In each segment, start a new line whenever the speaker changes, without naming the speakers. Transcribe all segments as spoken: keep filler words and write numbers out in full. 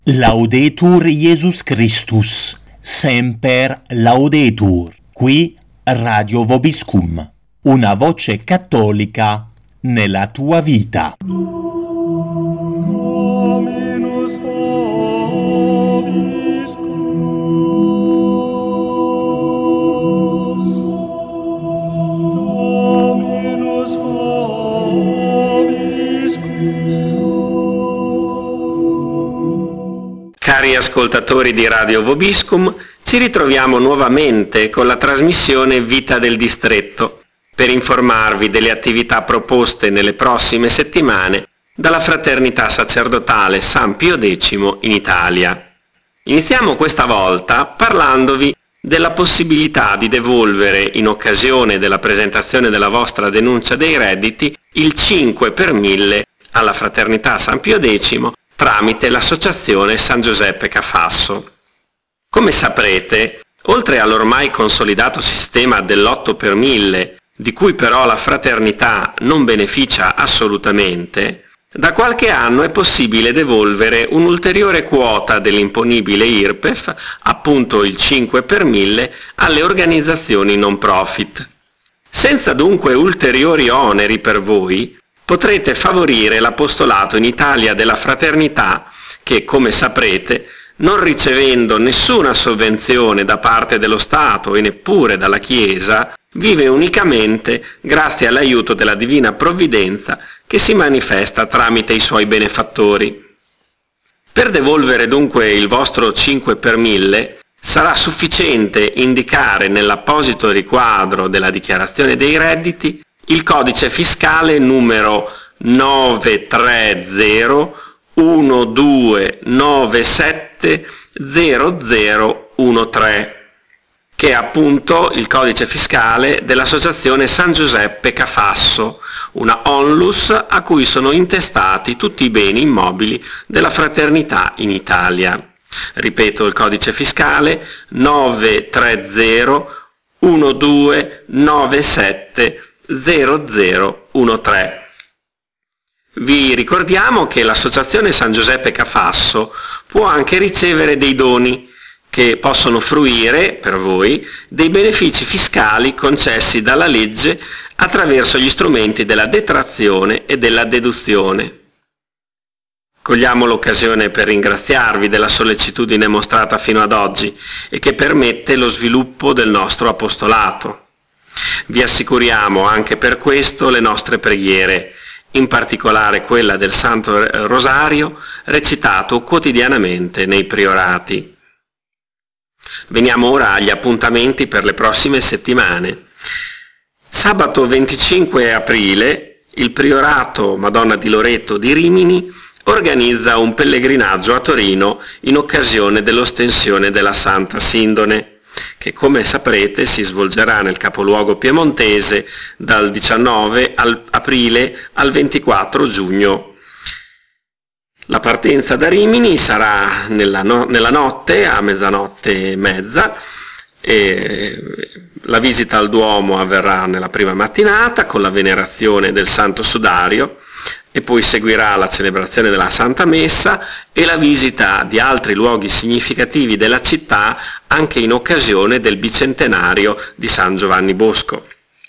Laudetur Jesus Christus, semper laudetur. Qui Radio Vobiscum, una voce cattolica nella tua vita.
Dominus vobiscus. Dominus vobiscus.
Cari ascoltatori di Radio Vobiscum, ci ritroviamo nuovamente con la trasmissione Vita del Distretto per informarvi delle attività proposte nelle prossime settimane dalla Fraternità Sacerdotale San Pio X in Italia. Iniziamo questa volta parlandovi della possibilità di devolvere, in occasione della presentazione della vostra denuncia dei redditi, il cinque per mille alla Fraternità San Pio X tramite l'associazione San Giuseppe Cafasso. Come saprete, oltre all'ormai consolidato sistema dell'otto per mille, di cui però la Fraternità non beneficia assolutamente, da qualche anno è possibile devolvere un'ulteriore quota dell'imponibile I R P E F, appunto il cinque per mille, alle organizzazioni non profit. Senza dunque ulteriori oneri per voi, potrete favorire l'apostolato in Italia della Fraternità che, come saprete, non ricevendo nessuna sovvenzione da parte dello Stato e neppure dalla Chiesa, vive unicamente grazie all'aiuto della Divina Provvidenza che si manifesta tramite i suoi benefattori. Per devolvere dunque il vostro cinque per mille sarà sufficiente indicare nell'apposito riquadro della dichiarazione dei redditi il codice fiscale numero nove tre zero uno due nove sette zero zero uno tre, che è appunto il codice fiscale dell'associazione San Giuseppe Cafasso, una onlus a cui sono intestati tutti i beni immobili della Fraternità in Italia. Ripeto, il codice fiscale nove tre zero uno due nove sette zero zero uno tre. Vi ricordiamo che l'associazione San Giuseppe Cafasso può anche ricevere dei doni che possono fruire per voi dei benefici fiscali concessi dalla legge attraverso gli strumenti della detrazione e della deduzione. Cogliamo l'occasione per ringraziarvi della sollecitudine mostrata fino ad oggi e che permette lo sviluppo del nostro apostolato. Vi assicuriamo anche per questo le nostre preghiere, in particolare quella del Santo Rosario, recitato quotidianamente nei priorati. Veniamo ora agli appuntamenti per le prossime settimane. Sabato venticinque aprile il Priorato Madonna di Loreto di Rimini organizza un pellegrinaggio a Torino in occasione dell'ostensione della Santa Sindone, che come saprete si svolgerà nel capoluogo piemontese dal diciannove aprile al ventiquattro giugno. La partenza da Rimini sarà nella, no- nella notte, a mezzanotte e mezza, e la visita al Duomo avverrà nella prima mattinata con la venerazione del Santo Sudario, e poi seguirà la celebrazione della Santa Messa e la visita di altri luoghi significativi della città anche in occasione del bicentenario di San Giovanni Bosco,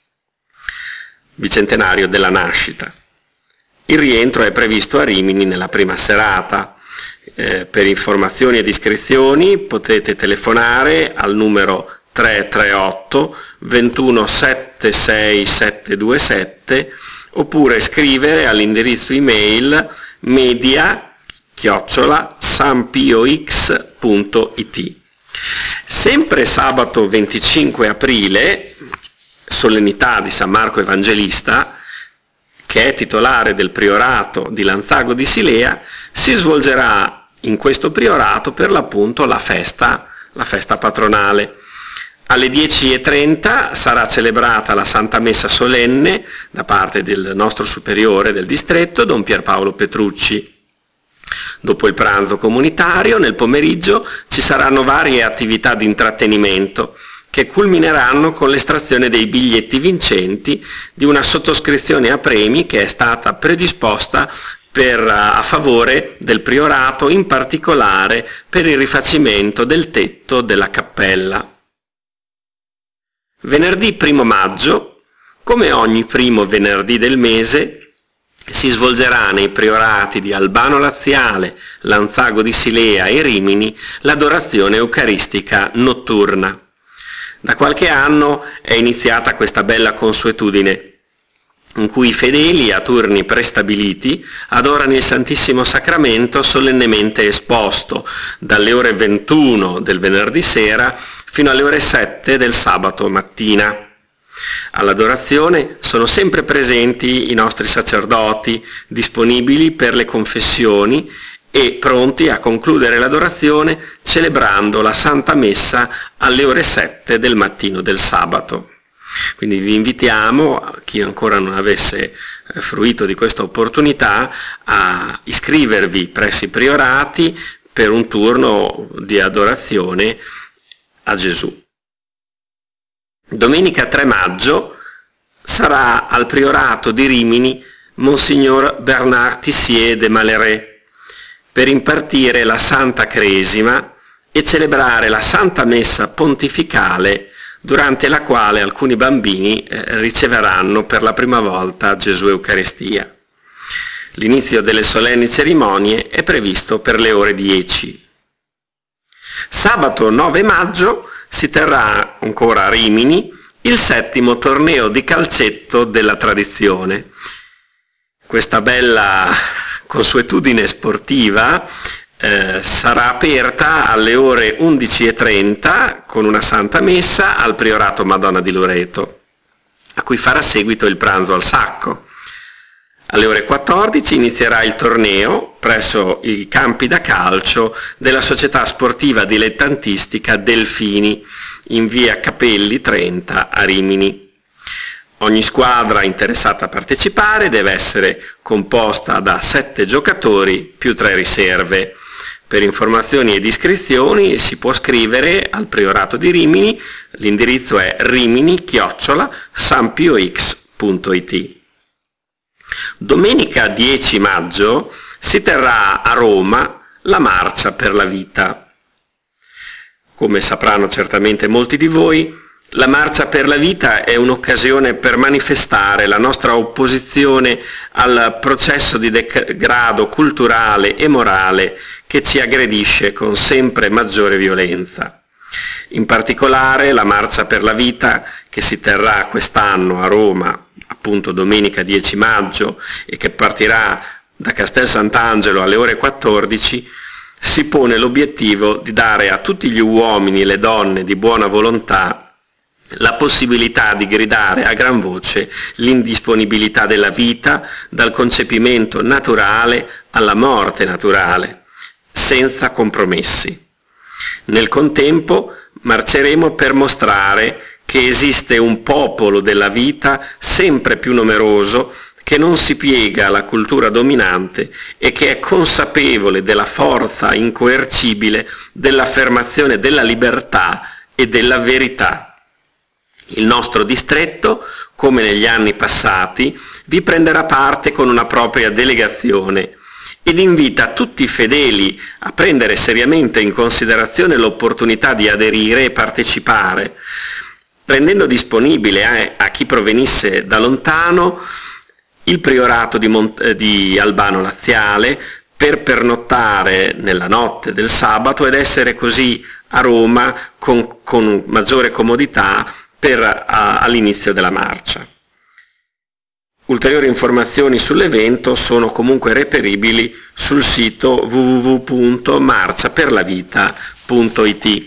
bicentenario della nascita. Il rientro è previsto a Rimini nella prima serata. Eh, per informazioni ed iscrizioni potete telefonare al numero tre tre otto ventuno sette sei sette due sette oppure scrivere all'indirizzo email media chiocciola sanpiox punto it. Sempre sabato venticinque aprile, solennità di San Marco Evangelista, che è titolare del priorato di Lanzago di Silea, si svolgerà in questo priorato per l'appunto la festa, la festa patronale. Alle dieci e trenta sarà celebrata la Santa Messa solenne da parte del nostro superiore del distretto, Don Pierpaolo Petrucci. Dopo il pranzo comunitario, nel pomeriggio ci saranno varie attività di intrattenimento che culmineranno con l'estrazione dei biglietti vincenti di una sottoscrizione a premi che è stata predisposta per, a favore del priorato, in particolare per il rifacimento del tetto della cappella. Venerdì primo maggio, come ogni primo venerdì del mese, si svolgerà nei priorati di Albano Laziale, Lanzago di Silea e Rimini l'adorazione eucaristica notturna. Da qualche anno è iniziata questa bella consuetudine in cui i fedeli a turni prestabiliti adorano il Santissimo Sacramento solennemente esposto dalle ore ventuno del venerdì sera fino alle ore sette del sabato mattina. All'adorazione sono sempre presenti i nostri sacerdoti, disponibili per le confessioni e pronti a concludere l'adorazione celebrando la Santa Messa alle ore sette del mattino del sabato. Quindi vi invitiamo, a chi ancora non avesse fruito di questa opportunità, a iscrivervi presso i priorati per un turno di adorazione a Gesù. Domenica tre maggio sarà al priorato di Rimini Monsignor Bernard Tissier de Maleret per impartire la Santa Cresima e celebrare la Santa Messa pontificale, durante la quale alcuni bambini eh, riceveranno per la prima volta Gesù Eucaristia. L'inizio delle solenni cerimonie è previsto per le ore dieci. Sabato nove maggio si terrà ancora a Rimini il settimo torneo di calcetto della tradizione. Questa bella consuetudine sportiva Eh, sarà aperta alle ore undici e trenta con una Santa Messa al Priorato Madonna di Loreto, a cui farà seguito il pranzo al sacco. Alle ore quattordici inizierà il torneo presso i campi da calcio della società sportiva dilettantistica Delfini in via Capelli trenta a Rimini. Ogni squadra interessata a partecipare deve essere composta da sette giocatori più tre riserve. Per informazioni ed iscrizioni si può scrivere al Priorato di Rimini, l'indirizzo è rimini chiocciola sanpiox punto it. Domenica dieci maggio si terrà a Roma la Marcia per la Vita. Come sapranno certamente molti di voi, la Marcia per la Vita è un'occasione per manifestare la nostra opposizione al processo di degrado culturale e morale che ci aggredisce con sempre maggiore violenza. In particolare la Marcia per la Vita, che si terrà quest'anno a Roma, appunto domenica dieci maggio, e che partirà da Castel Sant'Angelo alle ore quattordici, si pone l'obiettivo di dare a tutti gli uomini e le donne di buona volontà la possibilità di gridare a gran voce l'indisponibilità della vita dal concepimento naturale alla morte naturale, senza compromessi. Nel contempo marceremo per mostrare che esiste un popolo della vita sempre più numeroso che non si piega alla cultura dominante e che è consapevole della forza incoercibile dell'affermazione della libertà e della verità. Il nostro distretto, come negli anni passati, vi prenderà parte con una propria delegazione ed invita tutti i fedeli a prendere seriamente in considerazione l'opportunità di aderire e partecipare, rendendo disponibile a, a chi provenisse da lontano il priorato di, Mont- di Albano Laziale per pernottare nella notte del sabato ed essere così a Roma con, con maggiore comodità per a, all'inizio della marcia. Ulteriori informazioni sull'evento sono comunque reperibili sul sito w w w punto marcia per la vita punto it.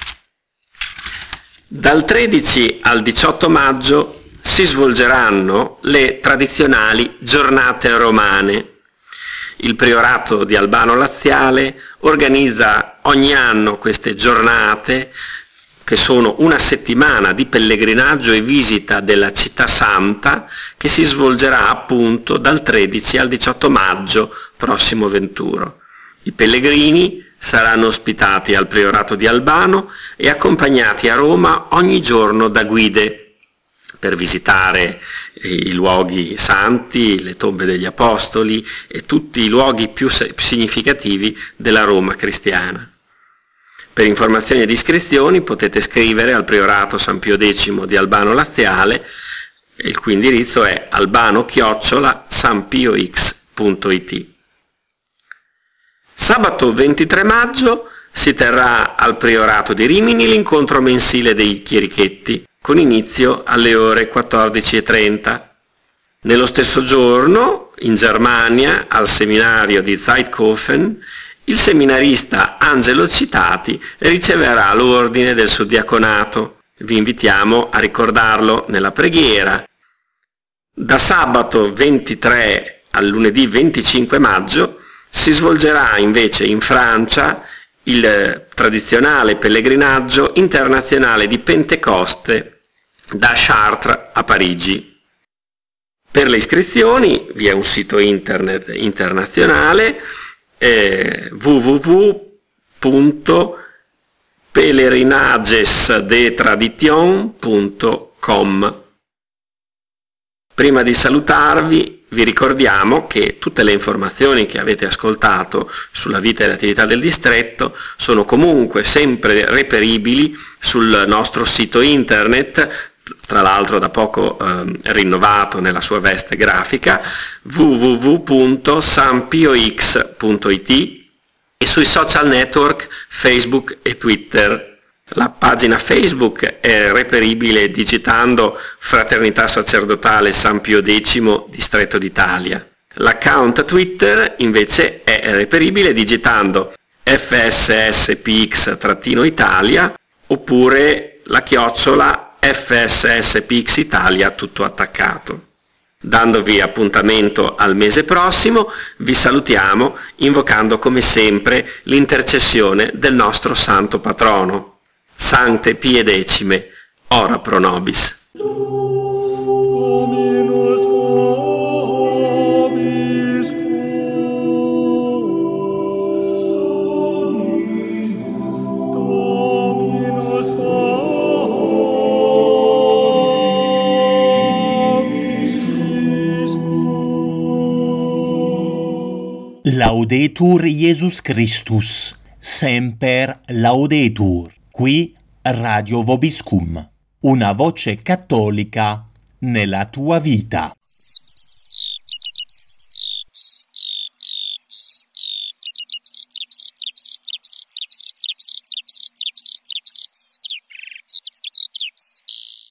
Dal tredici al diciotto maggio si svolgeranno le tradizionali giornate romane. Il Priorato di Albano Laziale organizza ogni anno queste giornate, che sono una settimana di pellegrinaggio e visita della città santa, che si svolgerà appunto dal tredici al diciotto maggio prossimo venturo. I pellegrini saranno ospitati al Priorato di Albano e accompagnati a Roma ogni giorno da guide per visitare i luoghi santi, le tombe degli apostoli e tutti i luoghi più significativi della Roma cristiana. Per informazioni ed iscrizioni potete scrivere al Priorato San Pio X di Albano Laziale, il cui indirizzo è albano chiocciola sanpiox punto it. Sabato ventitré maggio si terrà al Priorato di Rimini l'incontro mensile dei chierichetti, con inizio alle ore quattordici e trenta. Nello stesso giorno, in Germania, al seminario di Zeitkofen, il seminarista Angelo Citati riceverà l'ordine del suddiaconato. Vi invitiamo a ricordarlo nella preghiera. Da sabato ventitré al lunedì venticinque maggio si svolgerà invece in Francia il tradizionale pellegrinaggio internazionale di Pentecoste da Chartres a Parigi. Per le iscrizioni vi è un sito internet internazionale eh, w w w punto pellerinagesdetradition punto com. Prima di salutarvi, vi ricordiamo che tutte le informazioni che avete ascoltato sulla vita e l'attività del distretto sono comunque sempre reperibili sul nostro sito internet, tra l'altro da poco eh, rinnovato nella sua veste grafica, w w w punto sanpiox punto it, e sui social network Facebook e Twitter. La pagina Facebook è reperibile digitando Fraternità Sacerdotale San Pio X Distretto d'Italia. L'account Twitter invece è reperibile digitando F S S P X-Italia oppure la chiocciola F S S P X Italia tutto attaccato. Dandovi appuntamento al mese prossimo, vi salutiamo invocando come sempre l'intercessione del nostro santo patrono. Sancte Pie Decime, ora pro nobis.
Dominus vobiscum. Dominus vobiscum.
Laudetur Jesus Christus, semper laudetur. Qui Radio Vobiscum, una voce cattolica nella tua vita.